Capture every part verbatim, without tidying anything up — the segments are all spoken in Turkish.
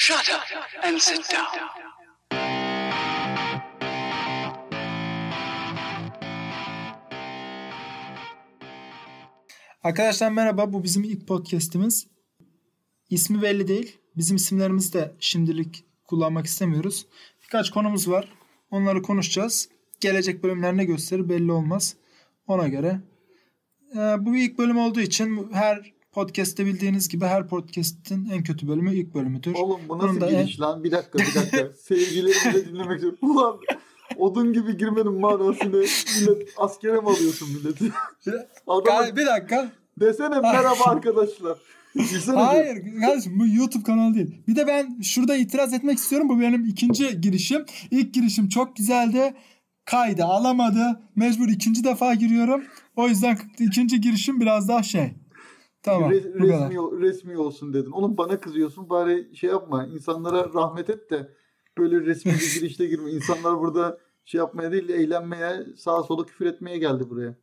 Shut up and sit down. Arkadaşlar merhaba, bu bizim ilk podcast'imiz. İsmi belli değil. Bizim isimlerimizi de şimdilik kullanmak istemiyoruz. Birkaç konumuz var. Onları konuşacağız. Gelecek bölümler ne gösterir belli olmaz. Ona göre. Ee, bu ilk bölüm olduğu için her podcast'te bildiğiniz gibi her podcast'in en kötü bölümü ilk bölümüdür. Oğlum bu nasıl giriş en... lan? Bir dakika bir dakika. Seyircilerimi de dinlemek istiyorum. Ulan odun gibi girmenin manası ne? Millet askere mi alıyorsun milleti? Adamın... Bir dakika. Desene merhaba arkadaşlar. Hayır kardeşim, bu YouTube kanalı değil. Bir de ben şurada itiraz etmek istiyorum. Bu benim ikinci girişim. İlk girişim çok güzeldi. Kaydı alamadı. Mecbur ikinci defa giriyorum. O yüzden ikinci girişim biraz daha şey. Tamam. Re- resmi, resmi olsun dedin. Oğlum bana kızıyorsun. Bari şey yapma. İnsanlara rahmet et de böyle resmi bir girişte girme. İnsanlar burada şey yapmaya değil, eğlenmeye, sağa sola küfür etmeye geldi buraya.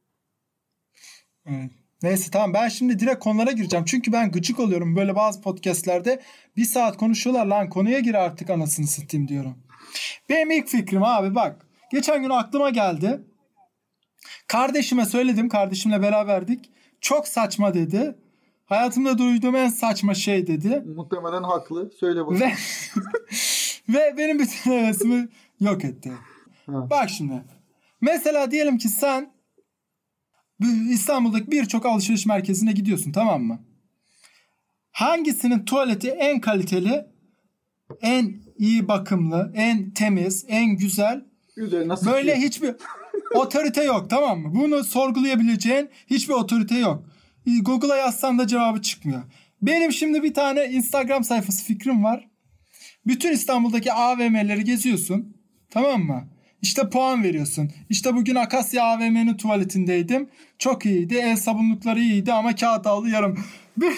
Evet. Neyse tamam, ben şimdi direkt konulara gireceğim. Çünkü ben gıcık oluyorum. Böyle bazı podcastlerde bir saat konuşuyorlar. Lan konuya gir artık anasını satayım diyorum. Benim ilk fikrim abi bak. Geçen gün aklıma geldi. Kardeşime söyledim. Kardeşimle beraberdik. Çok saçma dedi. Hayatımda duyduğum en saçma şey dedi. Muhtemelen haklı. Söyle bakalım. Ve, ve benim bütün hevesimi yok etti. Ha. Bak şimdi. Mesela diyelim ki sen İstanbul'daki birçok alışveriş merkezine gidiyorsun, tamam mı? Hangisinin tuvaleti en kaliteli, en iyi bakımlı, en temiz, en güzel? Güzel, nasıl böyle şey? Hiçbir otorite yok, tamam mı? Bunu sorgulayabileceğin hiçbir otorite yok. Google'a yazsan da cevabı çıkmıyor. Benim şimdi bir tane Instagram sayfası fikrim var. Bütün İstanbul'daki A V M'leri geziyorsun, tamam mı? İşte puan veriyorsun. İşte bugün Akasya A V M'nin tuvaletindeydim. Çok iyiydi. El sabunlukları iyiydi ama kağıt havlu yarım. ben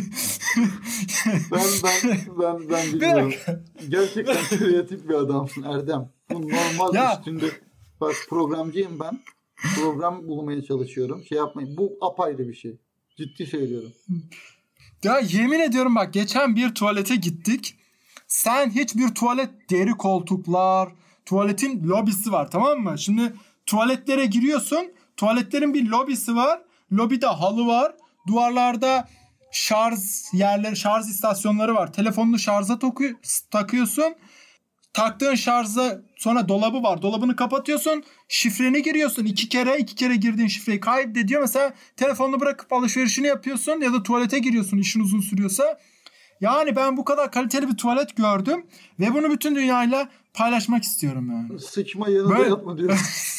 ben ben ben biliyorum. Gerçekten kreatif bir adamsın Erdem. Bu normal ya. Üstünde. Bak programcıyım ben. Program bulmaya çalışıyorum. Şey yapmayın. Bu apayrı bir şey. Ciddi söylüyorum. Ya yemin ediyorum bak, geçen bir tuvalete gittik. Sen hiçbir tuvalet, deri koltuklar, tuvaletin lobisi var, tamam mı? Şimdi tuvaletlere giriyorsun. Tuvaletlerin bir lobisi var. Lobide halı var. Duvarlarda şarj yerleri, şarj istasyonları var. Telefonunu şarja toku- takıyorsun. Taktığın şarja sonra dolabı var. Dolabını kapatıyorsun. Şifreni giriyorsun. İki kere iki kere girdiğin şifreyi kaydediyor. Mesela telefonunu bırakıp alışverişini yapıyorsun ya da tuvalete giriyorsun işin uzun sürüyorsa. Yani ben bu kadar kaliteli bir tuvalet gördüm ve bunu bütün dünyayla paylaşmak istiyorum yani. Sıçma yanında böyle... yapma diyorum.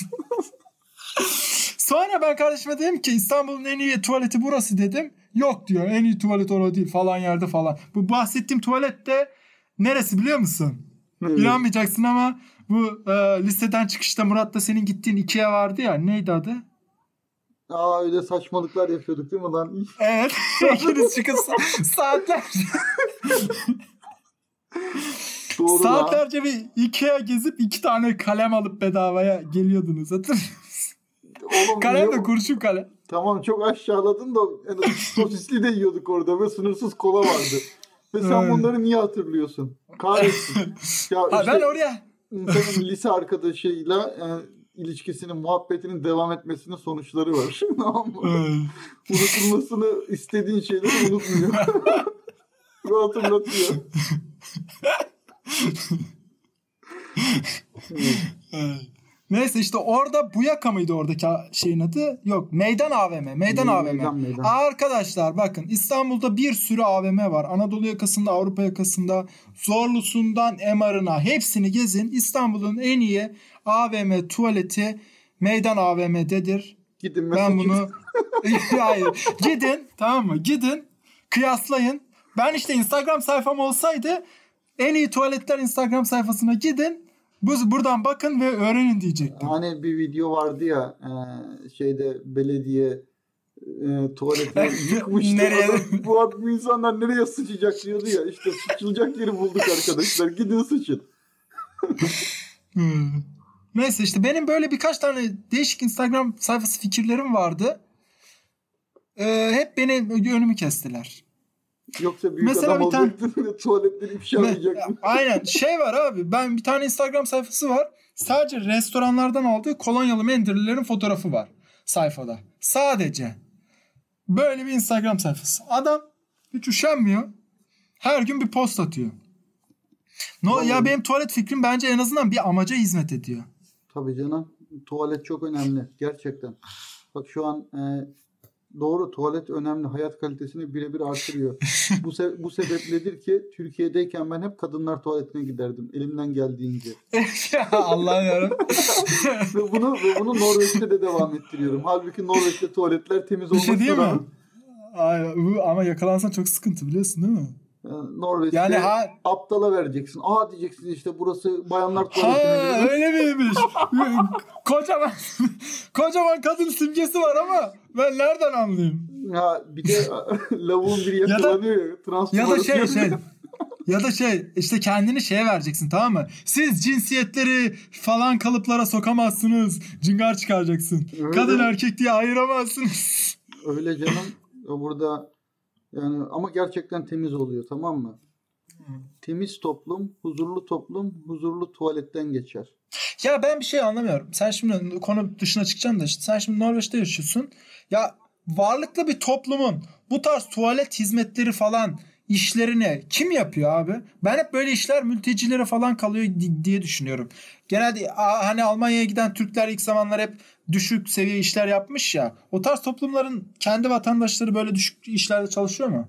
Sonra ben kardeşime dedim ki İstanbul'un en iyi tuvaleti burası dedim. Yok diyor, en iyi tuvalet orada değil falan yerde falan. Bu bahsettiğim tuvalet de neresi biliyor musun? Evet. İnanmayacaksın ama bu e, liseden çıkışta Murat'la senin gittiğin Ikea vardı ya, neydi adı? Aa öyle saçmalıklar yapıyorduk değil mi lan? Evet. İkiniz çıkıp sa- saatlerce Doğru saatlerce lan. Bir Ikea gezip iki tane kalem alıp bedavaya geliyordunuz, hatırlıyor musun? Oğlum, kalem de kurşun kalem. Tamam çok aşağıladın da yani sosisli de yiyorduk orada ve sınırsız kola vardı. Ve sen evet. Bunları niye hatırlıyorsun? Kahretsin. Ya ha, işte, ben oraya senin lise arkadaşıyla yani, ilişkisinin, muhabbetinin devam etmesinin sonuçları var. Tamam mı? Unutulmasını istediğin şeyleri unutmuyor. Ve hatırlatıyor. Neyse işte orada Buyaka mıydı oradaki şeyin adı? Yok, Meydan A V M. Meydan A V M. Meydan, meydan. Arkadaşlar bakın, İstanbul'da bir sürü A V M var. Anadolu yakasında, Avrupa yakasında, Zorlusundan M R'ına hepsini gezin. İstanbul'un en iyi A V M tuvaleti Meydan A V M'dedir. Gidin ben bunu hayır. Gidin, tamam mı? Gidin, kıyaslayın. Ben işte Instagram sayfam olsaydı en iyi tuvaletler Instagram sayfasına gidin. Bu buradan bakın ve öğrenin diyecektim. Hani bir video vardı ya şeyde belediye e, tuvaletini yıkmıştı. Nereye? Adam, bu, bu insanlar nereye sıçacak diyordu ya. İşte sıçılacak yeri bulduk arkadaşlar. Gidin sıçın. hmm. Neyse işte benim böyle birkaç tane değişik Instagram sayfası fikirlerim vardı. Ee, hep beni önümü kestiler. Yoksa büyük Mesela adam bir tane... olacaktın ve tuvaletleri ifşa alacaktın. Aynen şey var abi, ben bir tane Instagram sayfası var. Sadece restoranlardan aldığı kolonyalı mendillerin fotoğrafı var sayfada. Sadece. Böyle bir Instagram sayfası. Adam hiç üşenmiyor. Her gün bir post atıyor. No, ya benim tuvalet fikrim bence en azından bir amaca hizmet ediyor. Tabii canım. Tuvalet çok önemli. Gerçekten. Bak şu an e, doğru, tuvalet önemli. Hayat kalitesini birebir artırıyor. bu, se- bu sebepledir ki Türkiye'deyken ben hep kadınlar tuvaletine giderdim. Elimden geldiğince. Allah'ım yarabbim. ve bunu ve bunu Norveç'te de devam ettiriyorum. Halbuki Norveç'te tuvaletler temiz Bir şey olmasına değil mi? rağmen. Ay, ama yakalansan çok sıkıntı, biliyorsun değil mi? Yani Norveç'te yani ha... aptala vereceksin. Aa diyeceksin işte burası bayanlar tuvaletine. Ha öyle miymiş? kocaman kocaman kadın simgesi var ama ben nereden anlayayım? Ya bir de lavuğun biri yakalanıyor ya. Da, ya da şey şey. Ya da şey işte kendini şeye vereceksin, tamam mı? Siz cinsiyetleri falan kalıplara sokamazsınız. Cıngar çıkaracaksın. Öyle. Kadın erkek diye ayıramazsınız. Öyle canım. Burada yani ama gerçekten temiz oluyor, tamam mı? Hmm. Temiz toplum, huzurlu toplum, huzurlu tuvaletten geçer. Ya ben bir şey anlamıyorum. Sen şimdi konu dışına çıkacaksın da işte sen şimdi Norveç'te yaşıyorsun. Ya varlıklı bir toplumun bu tarz tuvalet hizmetleri falan işlerini kim yapıyor abi? Ben hep böyle işler mültecilere falan kalıyor diye düşünüyorum. Genelde hani Almanya'ya giden Türkler ilk zamanlar hep düşük seviye işler yapmış ya. O tarz toplumların kendi vatandaşları böyle düşük işlerde çalışıyor mu?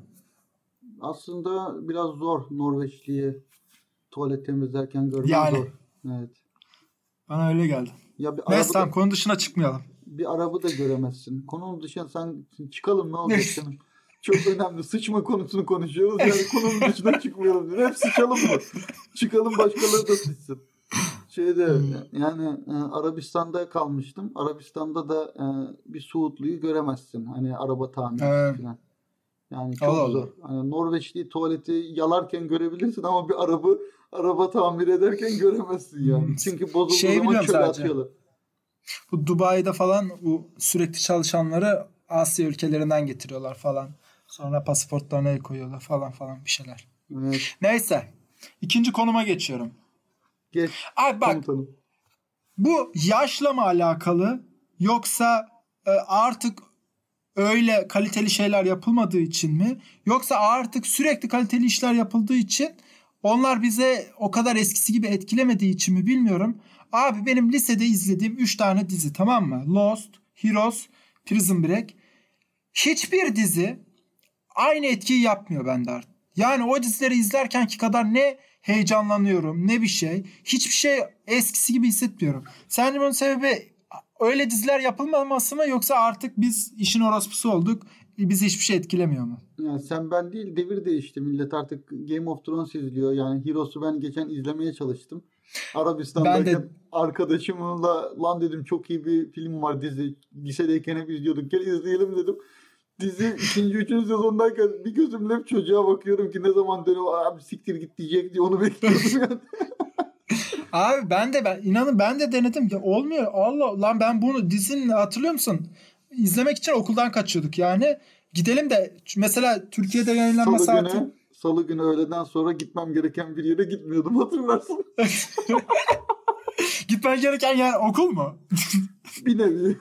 Aslında biraz zor Norveçli'yi tuvalet temizlerken görmek yani, zor. Evet. Bana öyle geldi. Ya bir Neyse tamam, konu dışına çıkmayalım. Bir Arap'ı da göremezsin. Konunun dışına sen çıkalım, ne olacak canım? Çok önemli. Sıçma konusunu konuşuyoruz. Yani konunun dışına çıkmayalım diyor. Hep sıçalım mı? Çıkalım, başkaları da sıçsın. Şeyde hmm. yani e, Arabistan'da kalmıştım. Arabistan'da da e, bir Suudluyu göremezsin. Hani araba tamircisi hmm. falan. Yani çok Allah zor. Allah. Hani Norveçli tuvaleti yalarken görebilirsin ama bir arabı araba tamir ederken göremezsin yani. Hmm. Çünkü bozulduğu şey zaman çöle atıyorlar. Bu Dubai'de falan bu sürekli çalışanları Asya ülkelerinden getiriyorlar falan. Sonra pasaportlarına el koyuyorlar falan falan bir şeyler. Evet. Neyse. İkinci konuma geçiyorum. Geç. Abi bak. Komutanım. Bu yaşla mı alakalı yoksa e, artık öyle kaliteli şeyler yapılmadığı için mi? Yoksa artık sürekli kaliteli işler yapıldığı için onlar bize o kadar eskisi gibi etkilemediği için mi bilmiyorum. Abi benim lisede izlediğim üç tane dizi, tamam mı? Lost, Heroes, Prison Break. Hiçbir dizi aynı etkiyi yapmıyor bende artık. Yani o dizileri izlerkenki kadar ne heyecanlanıyorum ne bir şey. Hiçbir şey eskisi gibi hissetmiyorum. Sence bunun sebebi öyle diziler yapılmaması mı yoksa artık biz işin orospusu olduk, bizi hiçbir şey etkilemiyor mu? Yani sen ben değil, devir değişti. Millet artık Game of Thrones izliyor. Yani Heroes'u ben geçen izlemeye çalıştım. Arabistan'dayken de... arkadaşımla lan dedim çok iyi bir film var, dizi. Lisedeyken hep izliyorduk. Gel izleyelim dedim. Dizi ikinci, üçüncü sezondayken bir gözümle hep çocuğa bakıyorum ki ne zaman dönüyor, abi siktir git diyecek diye onu bekliyorum yani. Abi ben de ben inanın ben de denedim ya, olmuyor. Allah lan, ben bunu dizinin hatırlıyor musun? İzlemek için okuldan kaçıyorduk yani. Gidelim de mesela Türkiye'de yayınlanma salı saati. Günü, salı günü öğleden sonra gitmem gereken bir yere gitmiyordum, hatırlarsın. Gitmen gereken yer okul mu? Bir nevi.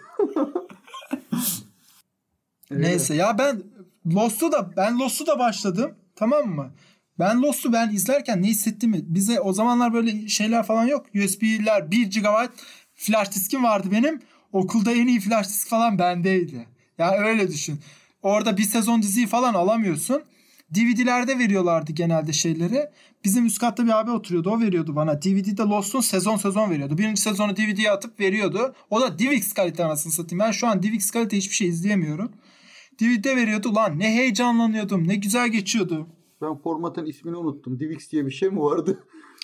Neyse ya ben Lost'u da ben Lost'u da başladım, tamam mı? Ben Lost'u ben izlerken ne hissettiğimi, bize o zamanlar böyle şeyler falan yok. U S B'ler bir gigabayt flash diskim vardı benim. Okulda en iyi flash disk falan bendeydi. Ya öyle düşün. Orada bir sezon diziyi falan alamıyorsun. D V D'lerde veriyorlardı genelde şeyleri. Bizim üst katta bir abi oturuyordu. O veriyordu bana. D V D'de Lost'un sezon sezon veriyordu. Birinci sezonu D V D'ye atıp veriyordu. O da DivX kalite anasını satayım. Ben şu an DivX kalite hiçbir şey izleyemiyorum. D V D'de veriyordu. Lan ne heyecanlanıyordum. Ne güzel geçiyordu. Ben formatın ismini unuttum. DivX diye bir şey mi vardı?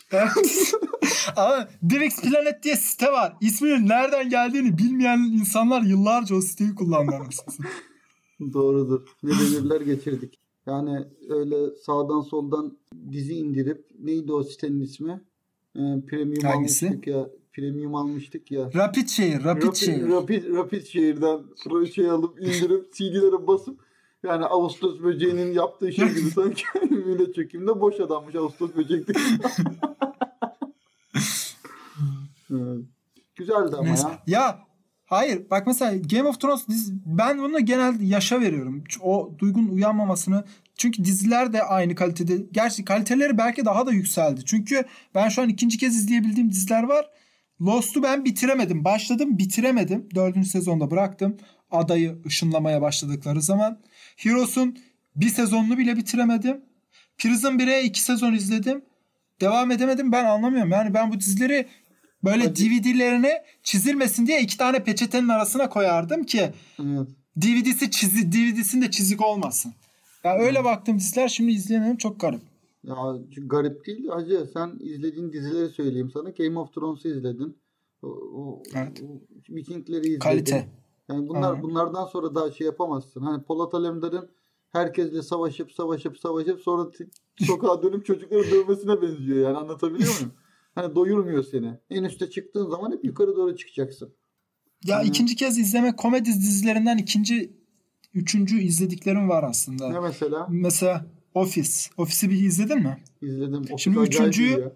Ama DivX Planet diye site var. İsminin nereden geldiğini bilmeyen insanlar yıllarca o siteyi kullanmış. Doğrudur. Ne devirler geçirdik. Yani öyle sağdan soldan dizi indirip, neydi o sitenin ismi? Ee, premium Hangisi? almıştık ya. Premium almıştık ya. Rapid Share, Rapid, Rapid Share. Rapid, Rapid Share'den şey alıp indirip C D'lere basıp Yani Ağustos böceğinin yaptığı şey gibi sanki öyle çekimde boş adammış Ağustos böcekti. Evet. Güzeldi ama Neyse. ya. Ya hayır bak mesela Game of Thrones dizi, ben bunu genelde yaşa veriyorum. O duygunun uyanmamasını. Çünkü diziler de aynı kalitede. Gerçi kaliteleri belki daha da yükseldi. Çünkü ben şu an ikinci kez izleyebildiğim diziler var. Lost'u ben bitiremedim. Başladım bitiremedim. Dördüncü sezonda bıraktım. Adayı ışınlamaya başladıkları zaman. Heroes'un bir sezonunu bile bitiremedim. Prison bir'e iki sezon izledim. Devam edemedim. Ben anlamıyorum. Yani ben bu dizileri böyle Hadi. D V D'lerine çizilmesin diye iki tane peçetenin arasına koyardım ki Evet. D V D'si çizi, D V D'sinde çizik olmasın. Ya yani öyle baktığım diziler şimdi izleyemiyorum. Çok garip. Ya garip değil. Hacı sen izlediğin dizileri söyleyeyim sana. Game of Thrones'u izledin. O, o, Evet. o Vikingleri izledin. Kalite. Yani bunlar Aha. bunlardan sonra daha şey yapamazsın. Hani Polat Alemdar'ın herkesle savaşıp savaşıp savaşıp sonra t- sokağa dönüp çocukları dövmesine benziyor. Yani anlatabiliyor muyum? Hani doyurmuyor seni. En üste çıktığın zaman hep yukarı doğru çıkacaksın. Ya Yani, ikinci kez izleme komedi dizilerinden ikinci, üçüncü izlediklerim var aslında. ne mesela? Mesela Office. Office'i bir izledin mi? İzledim. O Şimdi acayip üçüncüyü iyi ya.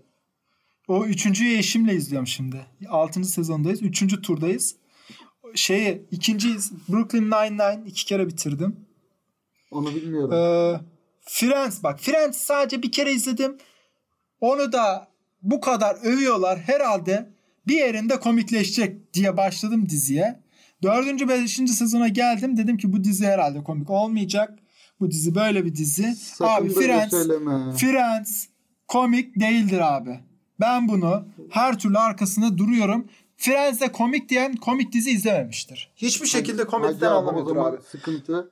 o üçüncüyü eşimle izliyorum şimdi. Altıncı sezondayız. Üçüncü turdayız. Şeyi ikinci Brooklyn Nine-Nine iki kere bitirdim. Onu bilmiyorum. Ee, Friends bak. Friends sadece bir kere izledim. Onu da bu kadar övüyorlar. Herhalde bir yerinde komikleşecek diye başladım diziye. Dördüncü, beşinci sezona geldim. Dedim ki bu dizi herhalde komik olmayacak. Bu dizi böyle bir dizi. Sakın abi böyle Friends, söyleme. Friends komik değildir abi. Ben bunu her türlü arkasında duruyorum. Friends'e komik diyen komik dizi izlememiştir. Hiçbir şekilde komikten Acaba anlamıyordur o zaman abi. sıkıntı.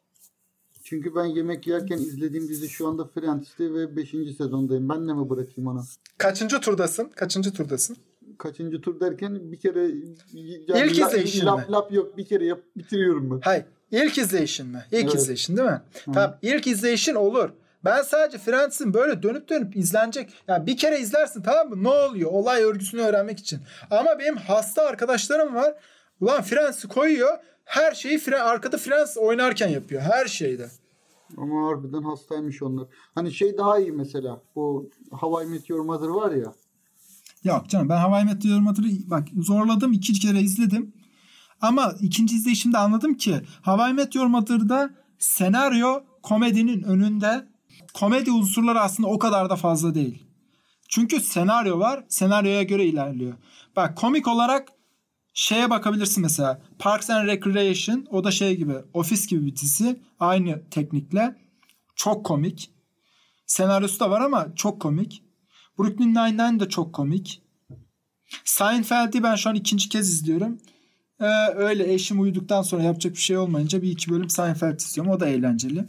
Çünkü ben yemek yerken izlediğim dizi şu anda Friends'ti ve beşinci sezondayım. Ben de mi bırakayım onu? Kaçıncı turdasın? Kaçıncı turdasın? Kaçıncı tur derken bir kere yani İlk izleyişin lap, mi? lap yok bir kere yap, bitiriyorum ben. Hayır. İlk izleyişin mi? İlk Evet. izleyişin değil mi? Hı. Tamam. İlk izleyişin olur. Ben sadece Friends'in böyle dönüp dönüp izlenecek. Yani bir kere izlersin tamam mı? Ne oluyor? Olay örgüsünü öğrenmek için. Ama benim hasta arkadaşlarım var. Ulan Friends'i koyuyor. Her şeyi Fren- arkada Friends oynarken yapıyor. Her şeyde. Ama harbiden hastaymış onlar. Hani şey daha iyi mesela. Bu How I Met Your Mother var ya. Yok canım ben How I Met Your Mother'ı bak zorladım. iki kere izledim. Ama ikinci izleyişimde anladım ki How I Met Your Mother'da senaryo komedinin önünde. Komedi unsurları aslında o kadar da fazla değil. Çünkü senaryo var. Senaryoya göre ilerliyor. Bak komik olarak şeye bakabilirsin mesela. Parks and Recreation. O da şey gibi. Office gibi bir dizi. Aynı teknikle. Çok komik. Senaryosu da var ama çok komik. Brooklyn Nine-Nine de çok komik. Seinfeld'i ben şu an ikinci kez izliyorum. Ee, öyle eşim uyuduktan sonra yapacak bir şey olmayınca bir iki bölüm Seinfeld izliyorum. O da eğlenceli.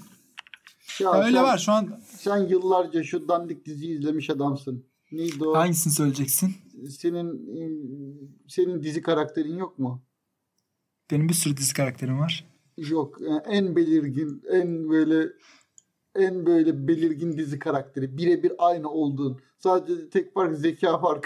Ya Öyle sen, var şu an. Sen yıllarca şu dandik diziyi izlemiş adamsın. Neydi o? Hangisini söyleyeceksin? Senin senin dizi karakterin yok mu? Benim bir sürü dizi karakterim var. Yok. Yani en belirgin, en böyle en böyle belirgin dizi karakteri. Birebir aynı olduğun. Sadece tek fark zeka farkı.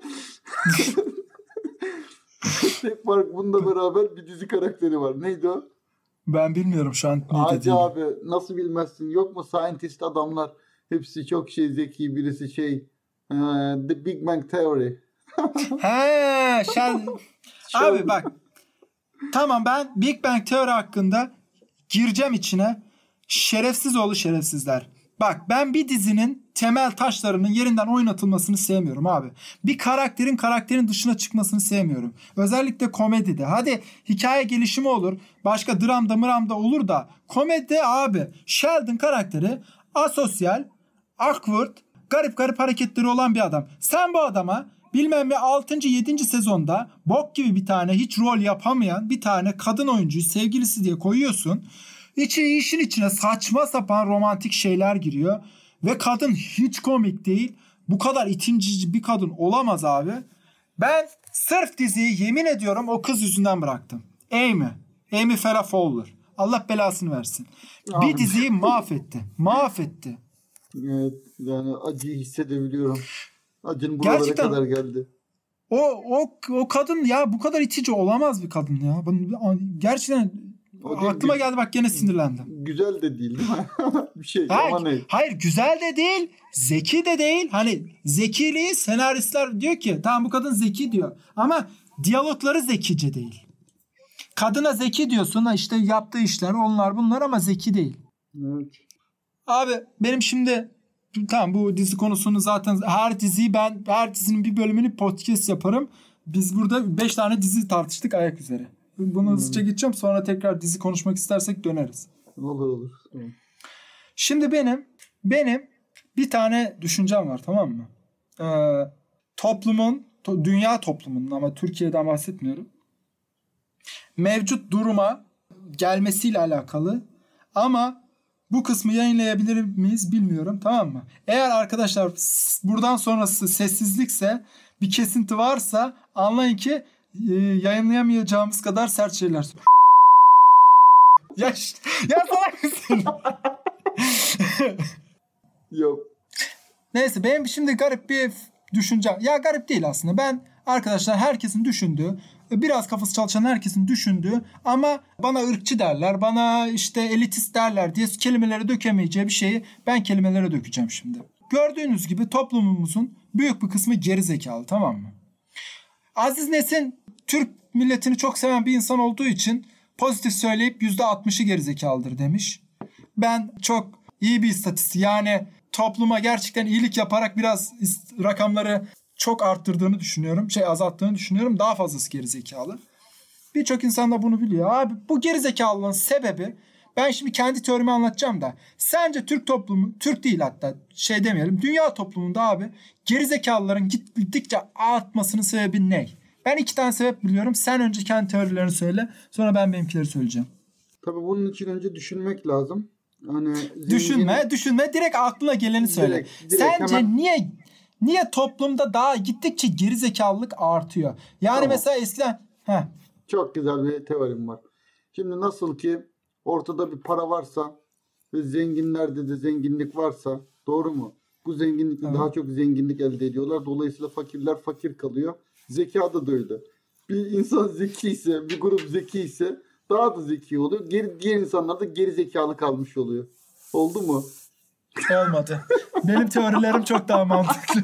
Tek fark bununla beraber bir dizi karakteri var. Neydi o? Ben bilmiyorum şu an ne Hacı dediğini. abi nasıl bilmezsin? Yok mu scientist adamlar? Hepsi çok şey zeki. Birisi şey e, The Big Bang Theory. He, şen... Abi bak. Tamam ben Big Bang Theory hakkında gireceğim içine. Şerefsiz oğlu şerefsizler. Bak ben bir dizinin temel taşlarının yerinden oynatılmasını sevmiyorum abi. Bir karakterin karakterin dışına çıkmasını sevmiyorum. Özellikle komedide. Hadi hikaye gelişimi olur. Başka dramda mıramda olur da. Komedide abi Sheldon karakteri asosyal, awkward, garip garip hareketleri olan bir adam. Sen bu adama bilmem ne altıncı yedinci sezonda bok gibi bir tane hiç rol yapamayan bir tane kadın oyuncuyu sevgilisi diye koyuyorsun. İçi işin içine saçma sapan romantik şeyler giriyor. Ve kadın hiç komik değil. Bu kadar itincici bir kadın olamaz abi. Ben sırf diziyi yemin ediyorum o kız yüzünden bıraktım. Amy. Amy Farrah Fowler. Allah belasını versin. Abi. Bir diziyi mahvetti. Mahvetti. Evet, yani acıyı hissedebiliyorum. Acının buralara Gerçekten. kadar geldi. O o o kadın ya bu kadar itici olamaz bir kadın ya. Ben- Gerçekten O değil, Aklıma gü- geldi bak gene sinirlendim. Güzel de değil değil mi? Bir şey Hayır, ama ne? hayır güzel de değil, zeki de değil. Hani zekiliği senaristler diyor ki tamam bu kadın zeki diyor. Ama diyalogları zekice değil. Kadına zeki diyorsun işte yaptığı işler onlar bunlar ama zeki değil. Evet. Abi benim şimdi tamam bu dizi konusunu zaten her diziyi ben her dizinin bir bölümünü podcast yaparım. Biz burada beş tane dizi tartıştık ayak üzere. Bunu Hmm. hızlıca geçeceğim sonra tekrar dizi konuşmak istersek döneriz. Olur olur. Tamam. Şimdi benim benim bir tane düşüncem var tamam mı? Ee, toplumun to- dünya toplumunun ama Türkiye'den bahsetmiyorum. Mevcut duruma gelmesiyle alakalı ama bu kısmı yayınlayabilir miyiz bilmiyorum tamam mı? Eğer arkadaşlar s- buradan sonrası sessizlikse bir kesinti varsa anlayın ki e, yayınlayamayacağımız kadar sert şeyler söylüyorum. ya, ş- ya salak mısın? Yok. Neyse benim şimdi garip bir düşüncem. Ya garip değil aslında. Ben arkadaşlar herkesin düşündüğü, biraz kafası çalışan herkesin düşündüğü ama bana ırkçı derler, bana işte elitist derler diye kelimelere dökemeyeceği bir şeyi ben kelimelere dökeceğim şimdi. Gördüğünüz gibi toplumumuzun büyük bir kısmı gerizekalı tamam mı? Aziz Nesin Türk milletini çok seven bir insan olduğu için pozitif söyleyip yüzde altmışı gerizekalıdır demiş. Ben çok iyi bir istatistik yani topluma gerçekten iyilik yaparak biraz ist- rakamları çok arttırdığını düşünüyorum. Şey azalttığını düşünüyorum. Daha fazlası gerizekalı. Birçok insan da bunu biliyor. Abi bu gerizekalılığın sebebi ben şimdi kendi teorimi anlatacağım da sence Türk toplumu, Türk değil hatta şey demeyelim dünya toplumunda abi gerizekalıların gittikçe artmasının sebebi ne? Ben iki tane sebep biliyorum. Sen önce kendi teorilerini söyle. Sonra ben benimkileri söyleyeceğim. Tabii bunun için önce düşünmek lazım. Hani zengin... Düşünme, düşünme. Direkt aklına geleni söyle. Direkt, direkt Sence hemen... niye niye toplumda daha gittikçe gerizekalılık artıyor? Yani Tamam. mesela eskiden heh. Çok güzel bir teorim var. Şimdi nasıl ki ortada bir para varsa ve zenginlerde de zenginlik varsa doğru mu? Bu zenginlikle Evet. daha çok zenginlik elde ediyorlar. Dolayısıyla fakirler fakir kalıyor. Zekada da öyle. Bir insan zeki ise, bir grup zeki ise daha da zeki oluyor. Geri, diğer insanlar da geri zekalı kalmış oluyor. Oldu mu? Olmadı. Benim teorilerim çok daha mantıklı.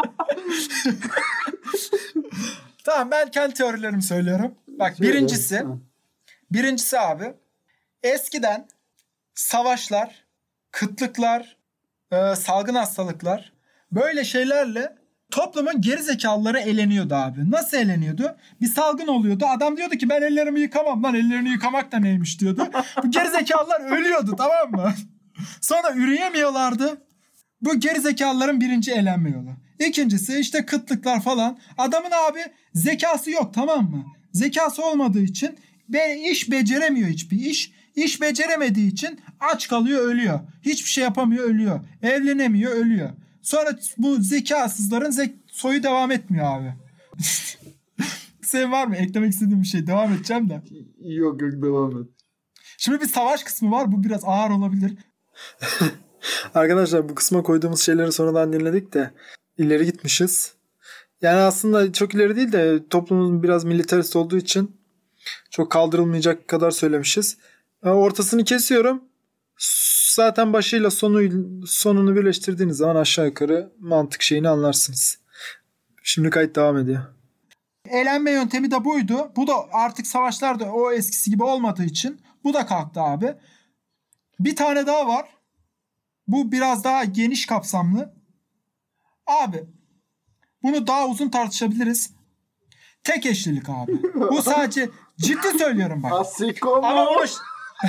Tamam ben kendi teorilerimi söylüyorum. Bak Söyle. birincisi Ha. birincisi abi eskiden savaşlar, kıtlıklar, e, salgın hastalıklar böyle şeylerle toplumun gerizekalıları eleniyordu abi. Nasıl eleniyordu? Bir salgın oluyordu. Adam diyordu ki ben ellerimi yıkamam lan ellerini yıkamak da neymiş diyordu. Bu gerizekalılar ölüyordu tamam mı? Sonra üreyemiyorlardı. Bu gerizekalıların birinci elenme yolu. İkincisi işte kıtlıklar falan. Adamın abi zekası yok tamam mı? Zekası olmadığı için be iş beceremiyor hiçbir iş. İş beceremediği için aç kalıyor ölüyor. Hiçbir şey yapamıyor ölüyor. Evlenemiyor ölüyor. Sonra bu zekasızların zek soyu devam etmiyor abi. Senin var mı? Eklemek istediğin bir şey. Devam edeceğim de. Yok yok devam et. Şimdi bir savaş kısmı var. Bu biraz ağır olabilir. Arkadaşlar bu kısma koyduğumuz şeyleri sonradan dinledik de ileri gitmişiz. Yani aslında çok ileri değil de toplumumuz biraz militarist olduğu için çok kaldırılmayacak kadar söylemişiz. Ortasını kesiyorum. Zaten başıyla sonu sonunu birleştirdiğiniz zaman aşağı yukarı mantık şeyini anlarsınız. Şimdi kayıt devam ediyor. Eğlenme yöntemi de buydu. Bu da artık savaşlarda o eskisi gibi olmadığı için bu da kalktı abi. Bir tane daha var. Bu biraz daha geniş kapsamlı. Abi bunu daha uzun tartışabiliriz. Tek eşlilik abi. Bu sadece ciddi söylüyorum bak. Asiko Ama mu? bunu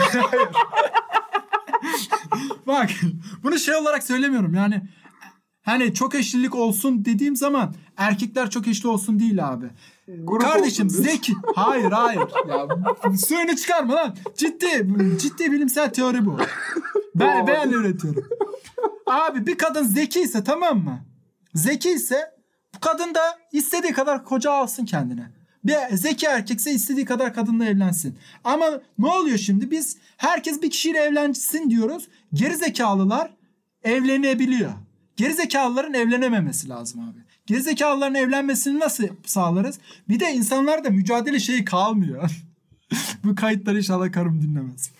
bak bunu şey olarak söylemiyorum yani hani çok eşlilik olsun dediğim zaman erkekler çok eşli olsun değil abi. Grup Kardeşim olsun diyorsun. zeki. Hayır hayır. Ya, suyunu çıkarma lan. Ciddi ciddi bilimsel teori bu. Ben, ben üretiyorum. Abi bir kadın zeki ise tamam mı? Zeki ise bu kadın da istediği kadar koca alsın kendine. Bir zeki erkekse istediği kadar kadınla evlensin. Ama ne oluyor şimdi? Biz herkes bir kişiyle evlensin diyoruz. Gerizekalılar evlenebiliyor. Gerizekalıların evlenememesi lazım abi. Gerizekalıların evlenmesini nasıl sağlarız? Bir de insanlarda mücadele şeyi kalmıyor. Bu kayıtları inşallah karım dinlemez.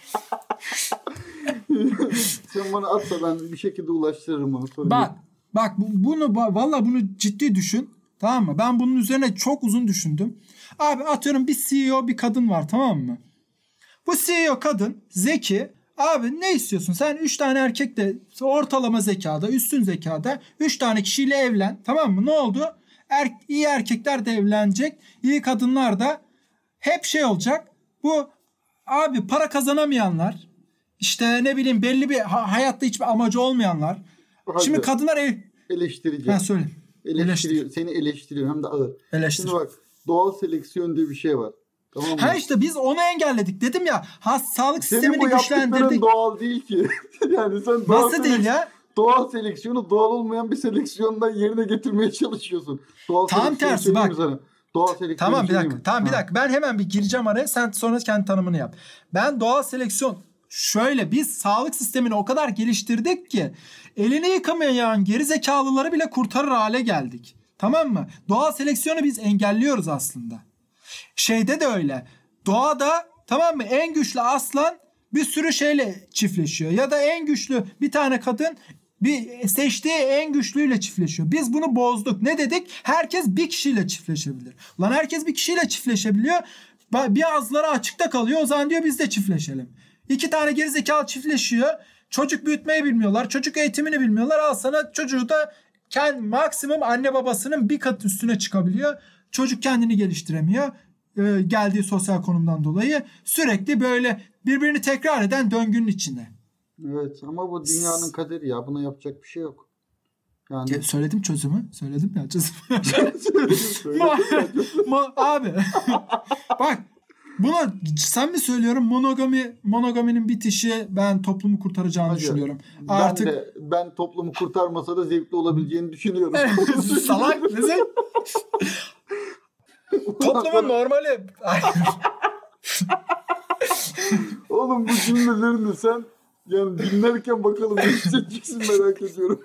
Sen bana atsa ben bir şekilde ulaştırırım onu. Sonra Bak bak bunu vallahi bunu ciddi düşün. Tamam mı? Ben bunun üzerine çok uzun düşündüm. Abi atıyorum bir C E O bir kadın var, tamam mı? Bu C E O kadın zeki. Abi ne istiyorsun? Sen üç tane erkekle ortalama zekada, üstün zekada üç tane kişiyle evlen. Tamam mı? Ne oldu? Er, iyi erkekler de evlenecek. İyi kadınlar da hep şey olacak. Bu abi para kazanamayanlar, işte ne bileyim belli bir ha- hayatta hiçbir amacı olmayanlar. Hadi. Şimdi kadınlar ev... eleştireceğim. Ha söyle. Eleştiriyor. Eleştir. Seni eleştiriyor hem de ağır. Eleştir. Şimdi bak doğal seleksiyon diye bir şey var. Tamam mı? Ha işte biz onu engelledik. Dedim ya has sağlık Senin sistemini bu yaptıkların güçlendirdik. doğal değil ki. Yani sen doğal, Nasıl değil ya? doğal seleksiyonu doğal olmayan bir seleksiyondan yerine getirmeye çalışıyorsun. Doğal Tam seleksiyon tersi, söyleyeyim bak. sana. Doğal seleksiyon. Tamam bir söyleyeyim dakika. mi? Tamam bir Ha. dakika. Ben hemen bir gireceğim araya. Sen sonra kendi tanımını yap. Ben doğal seleksiyon şöyle, biz sağlık sistemini o kadar geliştirdik ki elini yıkamayan gerizekalıları bile kurtarır hale geldik. Tamam mı? Doğal seleksiyonu biz engelliyoruz aslında. Şeyde de öyle. Doğada tamam mı? En güçlü aslan bir sürü şeyle çiftleşiyor. Ya da en güçlü bir tane kadın bir seçtiği en güçlüyle çiftleşiyor. Biz bunu bozduk. Ne dedik? Herkes bir kişiyle çiftleşebilir. Lan herkes bir kişiyle çiftleşebiliyor. Bir ağızları açıkta kalıyor. O zaman diyor biz de çiftleşelim. İki tane gerizekalı çiftleşiyor. Çocuk büyütmeyi bilmiyorlar. Çocuk eğitimini bilmiyorlar. Al sana çocuğu da kendi, maksimum anne babasının bir kat üstüne çıkabiliyor. Çocuk kendini geliştiremiyor. Ee, geldiği sosyal konumdan dolayı sürekli böyle birbirini tekrar eden döngünün içinde. Evet ama bu dünyanın kaderi ya. Buna yapacak bir şey yok. Yani Ya, söyledim çözümü. Söyledim ya çözümü. Söyledim. Ma- abi bak buna samimi söylüyorum, monogami monogaminin bitişi ben toplumu kurtaracağını Hadi. düşünüyorum. Ben Artık de ben toplumu kurtarmasa da zevkli olabileceğini düşünüyorum. salak bize. Toplumun normali. Oğlum bu cümlelerini sen yani dinlerken bakalım ne hissedeceksin merak ediyorum.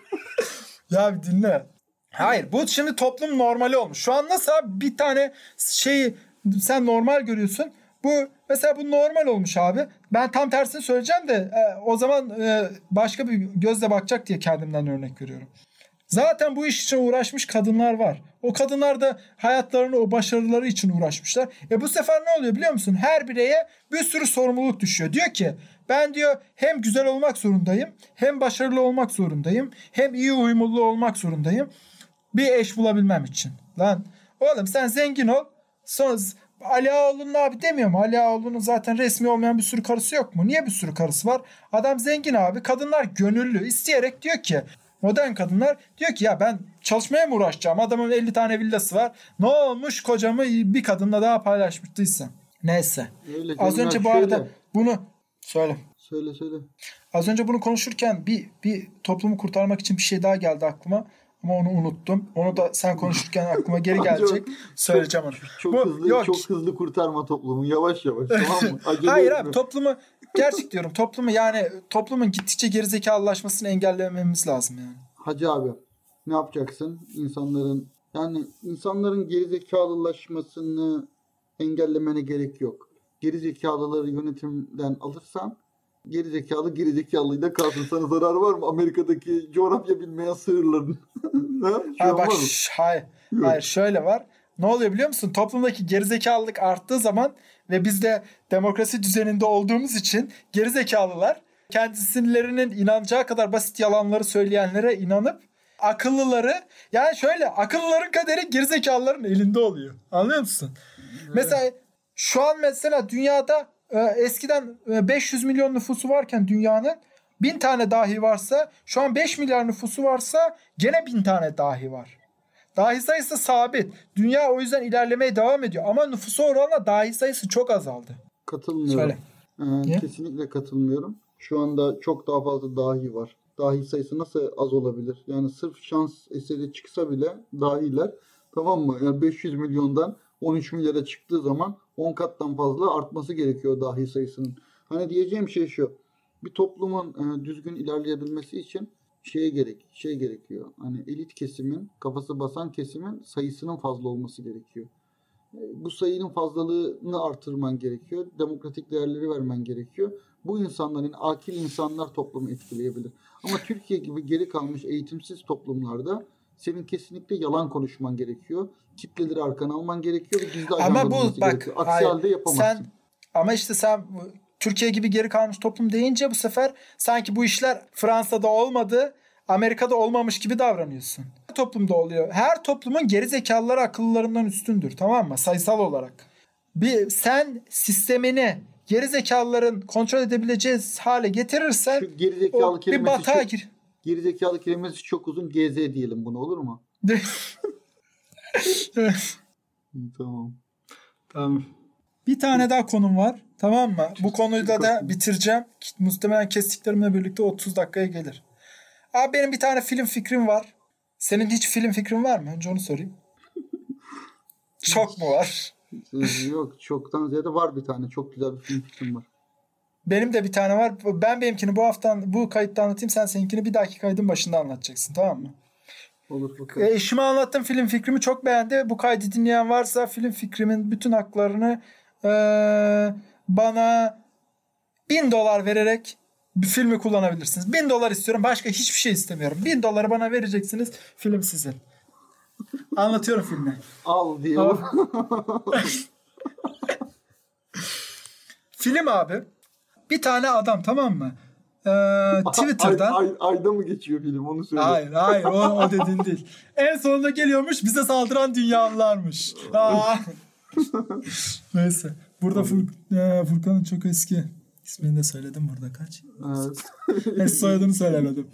Ya bir dinle. Hayır, bu şimdi toplum normali olmuş. Şu an nasıl abi bir tane şeyi sen normal görüyorsun. Bu mesela bu normal olmuş abi. Ben tam tersini söyleyeceğim de e, o zaman e, başka bir gözle bakacak diye kendimden örnek veriyorum. Zaten bu iş için uğraşmış kadınlar var. O kadınlar da hayatlarını o başarıları için uğraşmışlar. E bu sefer ne oluyor biliyor musun? Her bireye bir sürü sorumluluk düşüyor. Diyor ki ben diyor hem güzel olmak zorundayım, hem başarılı olmak zorundayım, hem iyi uyumlu olmak zorundayım. Bir eş bulabilmem için. Lan oğlum sen zengin ol. Sonra Ali Ağaoğlu'nun abi demiyor mu? Ali Ağaoğlu'nun zaten resmi olmayan bir sürü karısı yok mu? Niye bir sürü karısı var? Adam zengin abi. Kadınlar gönüllü. İsteyerek diyor ki modern kadınlar diyor ki ya ben çalışmaya mı uğraşacağım? Adamın elli tane villası var. Ne olmuş kocamı bir kadınla daha paylaşmıştıysam. Neyse. Öyle Az canım, önce bu şöyle. arada bunu söyle. Söyle söyle. Az önce bunu konuşurken bir bir toplumu kurtarmak için bir şey daha geldi aklıma. Ama onu unuttum. Onu da sen konuşurken aklıma geri gelecek. Söyleyeceğim onu. Çok Bu, hızlı yok. çok hızlı kurtarma toplumu. Yavaş yavaş tamam mı? Acele Hayır etme. abi toplumu gerçek diyorum. Toplumu yani toplumun gittikçe gerizekalılaşmasını engellememiz lazım yani. Hacı abi ne yapacaksın? İnsanların yani insanların gerizekalılaşmasını engellemene gerek yok. Gerizekalıları yönetimden alırsan gerizekalı gerizekalıyla kalsın. Sana zarar var mı? Amerika'daki coğrafya bilmeyen sığırların. ha? Şey Ha, bak olmaz mı? ş- hayır. Yok. Hayır şöyle var. Ne oluyor biliyor musun? Toplumdaki gerizekalılık arttığı zaman ve biz de demokrasi düzeninde olduğumuz için gerizekalılar kendilerinin inanacağı kadar basit yalanları söyleyenlere inanıp akıllıları yani şöyle akıllıların kaderi gerizekalıların elinde oluyor. Anlıyor musun? Evet. Mesela şu an mesela dünyada e, eskiden e, beş yüz milyon nüfusu varken dünyanın bin tane dahi varsa şu an beş milyar nüfusu varsa gene bin tane dahi var. Dahi sayısı sabit. Dünya o yüzden ilerlemeye devam ediyor. Ama nüfusu oranla dahi sayısı çok azaldı. Katılmıyorum. Söyle. Ee, kesinlikle katılmıyorum. Şu anda çok daha fazla dahi var. Dahi sayısı nasıl az olabilir? Yani sırf şans eseri çıksa bile dahiler tamam mı? Yani beş yüz milyondan on üç milyara çıktığı zaman on kattan fazla artması gerekiyor dahi sayısının. Hani diyeceğim şey şu. Bir toplumun e, düzgün ilerleyebilmesi için şeye gerek, şey gerekiyor. Hani elit kesimin, kafası basan kesimin sayısının fazla olması gerekiyor. Bu sayının fazlalığını artırman gerekiyor. Demokratik değerleri vermen gerekiyor. Bu insanların akil insanlar toplumu etkileyebilir. Ama Türkiye gibi geri kalmış eğitimsiz toplumlarda senin kesinlikle yalan konuşman gerekiyor. Kitleleri arkana alman gerekiyor ve gizli ama bu bak gerekiyor. Aksi hayır, halde yapamazsın. Sen, ama işte sen Türkiye gibi geri kalmış toplum deyince bu sefer sanki bu işler Fransa'da olmadı, Amerika'da olmamış gibi davranıyorsun. Her toplumda oluyor. Her toplumun geri zekalıları akıllılarından üstündür, tamam mı? Sayısal olarak. Bir sen sistemini geri zekalıların kontrol edebileceği hale getirirsen şu geri zekalı o bir batağa çok, gir. Geri zekalı kelimesi çok uzun. G Z diyelim bunu, olur mu? Tamam. Tamam. Bir tane daha konum var. Tamam mı? Bu konuyu da, da bitireceğim. Muhtemelen kestiklerimle birlikte otuz dakikaya gelir. Abi benim bir tane film fikrim var. Senin hiç film fikrin var mı? Önce onu sorayım. Çok mu var? Yok. Çoktan ziyade var bir tane. Çok güzel bir film fikrim var. Benim de bir tane var. Ben benimkini bu hafta bu kayıtta anlatayım. Sen seninkini bir dahaki kaydın başında anlatacaksın. Tamam mı? Olur bakalım. E, eşime anlattım, film fikrimi çok beğendi. Bu kaydı dinleyen varsa film fikrimin bütün haklarını e, bana bin dolar vererek bir filmi kullanabilirsiniz. Bin dolar istiyorum. Başka hiçbir şey istemiyorum. Bin doları bana vereceksiniz. Film sizin. Anlatıyorum filmi. Al diye. Film abi. Bir tane adam, tamam mı? Ee, Twitter'dan. Ay, ay, ayda mı geçiyor film, onu söyle. Hayır hayır o, o dediğin değil. En sonunda geliyormuş, bize saldıran dünyalılarmış. Aa. Neyse. Burada Fur, e, Furkan'ın çok eski ismini de söyledim burada, kaç? Evet. Eski soyadını söylemedim.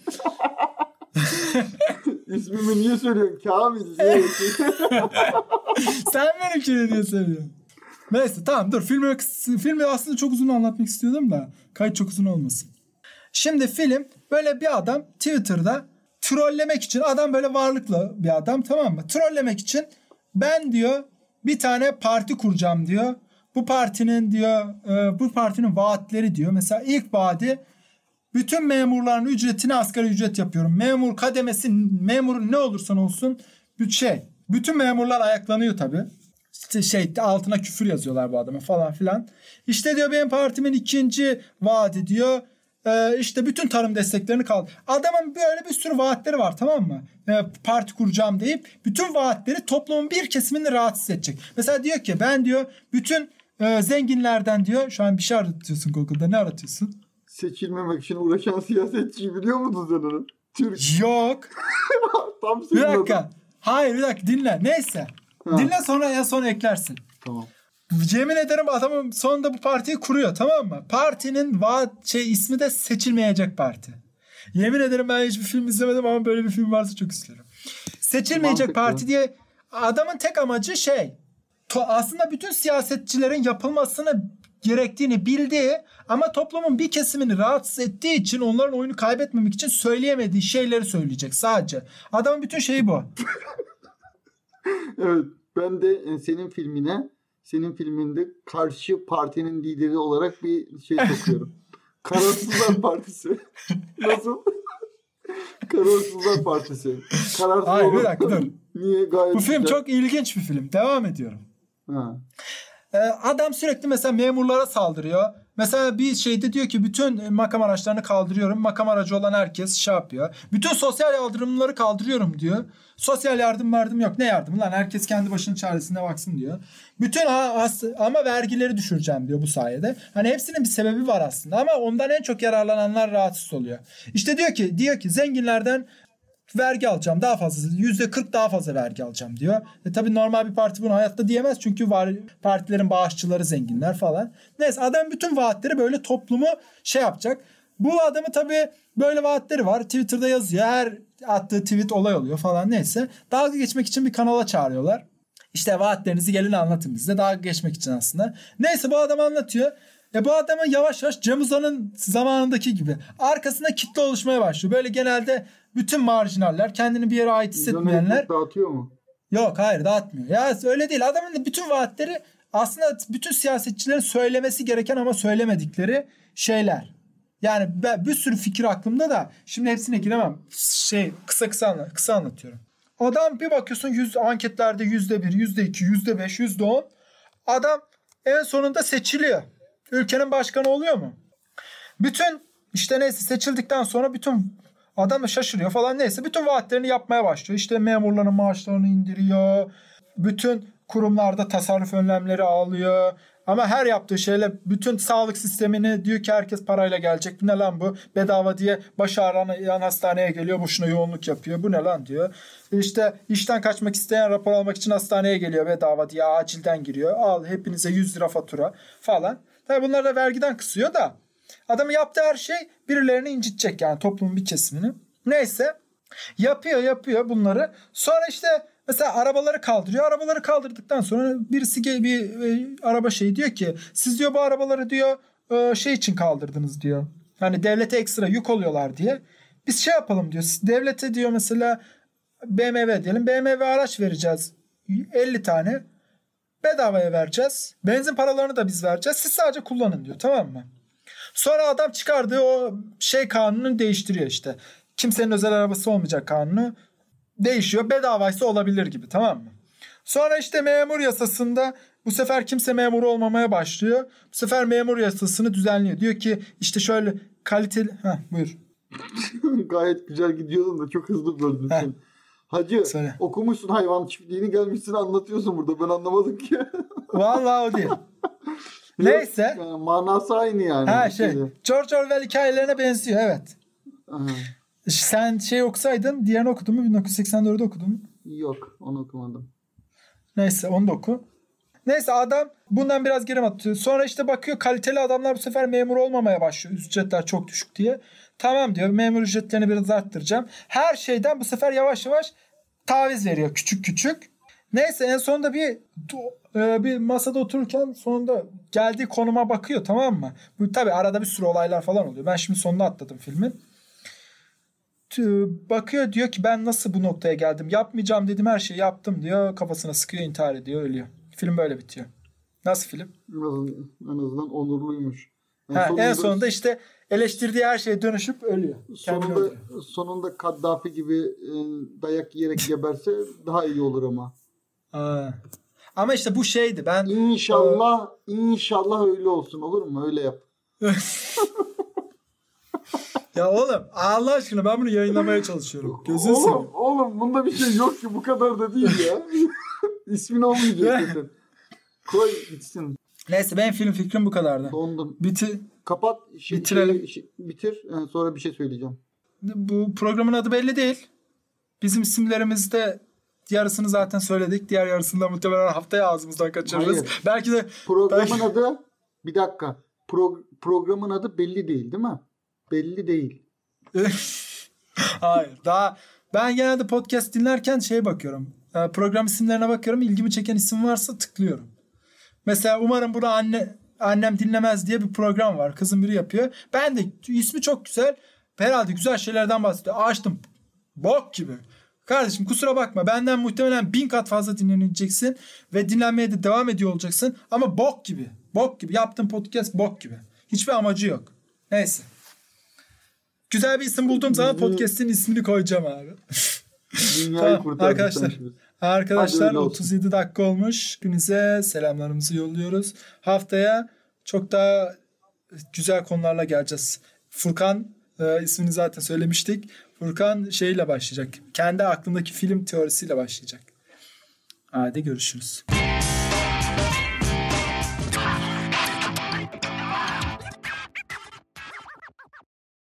İsmimi niye söylüyorsun? Kamil diye. Sen benimkini niye söylüyorsun? Neyse tamam dur. Filmi, filmi aslında çok uzun anlatmak istiyordum da kayıt çok uzun olmasın. Şimdi film böyle bir adam Twitter'da trollemek için, adam böyle varlıklı bir adam, tamam mı? Trollemek için ben diyor bir tane parti kuracağım diyor. Bu partinin diyor e, bu partinin vaatleri diyor. Mesela ilk vaadi, bütün memurların ücretini asgari ücret yapıyorum. Memur kademesi, memurun ne olursan olsun bir şey. Bütün memurlar ayaklanıyor tabii. İşte şey, altına küfür yazıyorlar bu adama falan filan. İşte diyor benim partimin ikinci vaadi diyor. Ee, işte bütün tarım desteklerini kaldı. Adamın böyle bir sürü vaatleri var, tamam mı? Ee, parti kuracağım deyip bütün vaatleri toplumun bir kesimini rahatsız edecek. Mesela diyor ki ben diyor bütün e, zenginlerden diyor, şu an bir şey aratıyorsun Google'da, ne aratıyorsun? Seçilmemek için uğraşan siyasetçiyi biliyor musun sen onu? Türk. Yok. Tam Bir dakika. Hayır bir dakika dinle. Neyse. Ha. Dinle sonra en son eklersin. Tamam. Yemin ederim adamın sonunda bu partiyi kuruyor, tamam mı? Partinin vaat şey ismi de Seçilmeyecek Parti. Yemin ederim ben hiçbir film izlemedim ama böyle bir film varsa çok isterim. Seçilmeyecek Mantıklı. Parti diye adamın tek amacı şey, to, aslında bütün siyasetçilerin yapılmasını gerektiğini bildiği ama toplumun bir kesimini rahatsız ettiği için, onların oyunu kaybetmemek için söyleyemediği şeyleri söyleyecek sadece. Adamın bütün şeyi bu. Evet, ben de senin filmine, senin filminde karşı partinin lideri olarak bir şey sokuyorum. Kararsızlar Partisi. Nasıl? Kararsızlar Partisi. Kararsız Hayır bir dakika dur. Niye? Gayet Bu film güzel. çok ilginç bir film. Devam ediyorum. Ha. Ee, adam sürekli mesela memurlara saldırıyor. Mesela bir şeyde diyor ki bütün makam araçlarını kaldırıyorum. Makam aracı olan herkes şey yapıyor. Bütün sosyal yardımları kaldırıyorum diyor. Sosyal yardım yardım yok. Ne yardım lan? Herkes kendi başının çaresine baksın diyor. Bütün ama vergileri düşüreceğim diyor bu sayede. Hani hepsinin bir sebebi var aslında ama ondan en çok yararlananlar rahatsız oluyor. İşte diyor ki diyor ki zenginlerden vergi alacağım daha fazla, yüzde kırk daha fazla vergi alacağım diyor. E tabii normal bir parti bunu hayatta diyemez çünkü var, partilerin bağışçıları zenginler falan. Neyse adam bütün vaatleri böyle toplumu şey yapacak. Bu adamı tabii böyle vaatleri var. Twitter'da yazıyor. Her attığı tweet olay oluyor falan, neyse. Dalga geçmek için bir kanala çağırıyorlar. İşte vaatlerinizi gelin anlatın bize. Dalga geçmek için aslında. Neyse bu adam anlatıyor. Ya bu adamın yavaş yavaş Cem Uzan'ın zamanındaki gibi arkasında kitle oluşmaya başlıyor. Böyle genelde bütün marjinaller, kendini bir yere ait hissetmeyenler. Dağıtıyor mu? Yok hayır dağıtmıyor. Ya öyle değil. Adamın bütün vaatleri aslında bütün siyasetçilerin söylemesi gereken ama söylemedikleri şeyler. Yani ben, bir sürü fikir aklımda da şimdi hepsine giremem. Şey kısa kısa anla, kısa anlatıyorum. Adam bir bakıyorsun yüz, anketlerde yüzde bir, yüzde iki, yüzde beş, yüzde on. Adam en sonunda seçiliyor. Ülkenin başkanı oluyor mu? Bütün işte neyse seçildikten sonra bütün adam da şaşırıyor falan neyse. Bütün vaatlerini yapmaya başlıyor. İşte memurların maaşlarını indiriyor. Bütün kurumlarda tasarruf önlemleri alıyor. Ama her yaptığı şeyle bütün sağlık sistemini diyor ki herkes parayla gelecek. Bu ne lan bu? Bedava diye baş ağrıyan hastaneye geliyor. Boşuna yoğunluk yapıyor. Bu ne lan diyor. İşte işten kaçmak isteyen rapor almak için hastaneye geliyor bedava diye acilden giriyor. Al hepinize yüz lira fatura falan. Tabii bunlar da vergiden kısıyor da. Adamın yaptığı her şey birilerini incitecek yani toplumun bir kesimini. Neyse yapıyor yapıyor bunları. Sonra işte mesela arabaları kaldırıyor. Arabaları kaldırdıktan sonra birisi bir, bir, bir araba şeyi diyor ki siz diyor bu arabaları diyor şey için kaldırdınız diyor. Hani devlete ekstra yük oluyorlar diye. Biz şey yapalım diyor. Devlete diyor mesela B M W diyelim. B M W araç vereceğiz. elli tane. Bedavaya vereceğiz. Benzin paralarını da biz vereceğiz. Siz sadece kullanın diyor. Tamam mı? Sonra adam çıkardığı o şey kanunu değiştiriyor işte. Kimsenin özel arabası olmayacak kanunu değişiyor. Bedavaysa olabilir gibi, tamam mı? Sonra işte memur yasasında bu sefer kimse memur olmamaya başlıyor. Bu sefer memur yasasını düzenliyor. Diyor ki işte şöyle kaliteli... Heh, buyur. Gayet güzel gidiyordun da çok hızlı böldün sen. Hacı Söyle. Okumuşsun hayvan çiftliğini gelmişsin anlatıyorsun burada. Ben anlamadım ki. Vallahi o değil. Neyse. Yani manası aynı yani. Ha şey. George Orwell hikayelerine benziyor, evet. Aha. Sen şey okusaydın, diğerini okudun mu? bin dokuz yüz seksen dördü okudun mu? Yok, onu okumadım. Neyse onu da oku. Neyse adam bundan biraz geri atıyor. Sonra işte bakıyor kaliteli adamlar bu sefer memur olmamaya başlıyor. Ücretler çok düşük diye. Tamam diyor, memur ücretlerini biraz arttıracağım. Her şeyden bu sefer yavaş yavaş taviz veriyor küçük küçük. Neyse en sonunda bir bir masada otururken sonunda geldiği konuma bakıyor, tamam mı? Bu tabii arada bir sürü olaylar falan oluyor. Ben şimdi sonuna atladım filmin. Bakıyor diyor ki ben nasıl bu noktaya geldim? Yapmayacağım dedim, her şeyi yaptım diyor. Kafasına sıkıyor, intihar ediyor, ölüyor. Film böyle bitiyor. Nasıl film? En azından, en azından onurluymuş. En, ha, sonunda, en sonunda işte eleştirdiği her şeye dönüşüp ölüyor. Sonunda, sonunda Kaddafi gibi e, dayak yiyerek geberse daha iyi olur ama. Aa. Ama işte bu şeydi. Ben İnşallah o... inşallah öyle olsun, olur mu? Öyle yap. Ya oğlum Allah aşkına ben bunu yayınlamaya çalışıyorum. Gözün seveyim. Oğlum, oğlum bunda bir şey yok ki, bu kadar da değil ya. İsmin olmayacak zaten. Koy gitsin. Neyse benim film fikrim bu kadardı. Dondum. Bitir. Kapat. Şey, Bitirelim. Şey, bitir. Yani sonra bir şey söyleyeceğim. Bu programın adı belli değil. Bizim isimlerimizde yarısını zaten söyledik. Diğer yarısını da muhtemelen haftaya ağzımızdan kaçırırız. Hayır. Belki de programın belki... adı bir dakika. Pro, programın adı belli değil, değil mi? Belli değil. Hayır. Daha ben genelde podcast dinlerken şeye bakıyorum. Program isimlerine bakıyorum. İlgimi çeken isim varsa tıklıyorum. Mesela umarım bunu anne annem dinlemez diye bir program var. Kızım biri yapıyor. Ben de ismi çok güzel. Herhalde güzel şeylerden bahsediyor. Açtım. Bok gibi. Kardeşim kusura bakma. Benden muhtemelen bin kat fazla dinleneceksin. Ve dinlenmeye de devam ediyor olacaksın. Ama bok gibi. Bok gibi. Yaptığım podcast bok gibi. Hiçbir amacı yok. Neyse. Güzel bir isim bulduğum zaman podcast'in ismini koyacağım abi. Dünyayı tamam, arkadaşlar. Arkadaşlar otuz yedi dakika olmuş. Hepinize selamlarımızı yolluyoruz. Haftaya çok daha güzel konularla geleceğiz. Furkan e, ismini zaten söylemiştik. Furkan şeyle başlayacak. Kendi aklındaki film teorisiyle başlayacak. Hadi görüşürüz.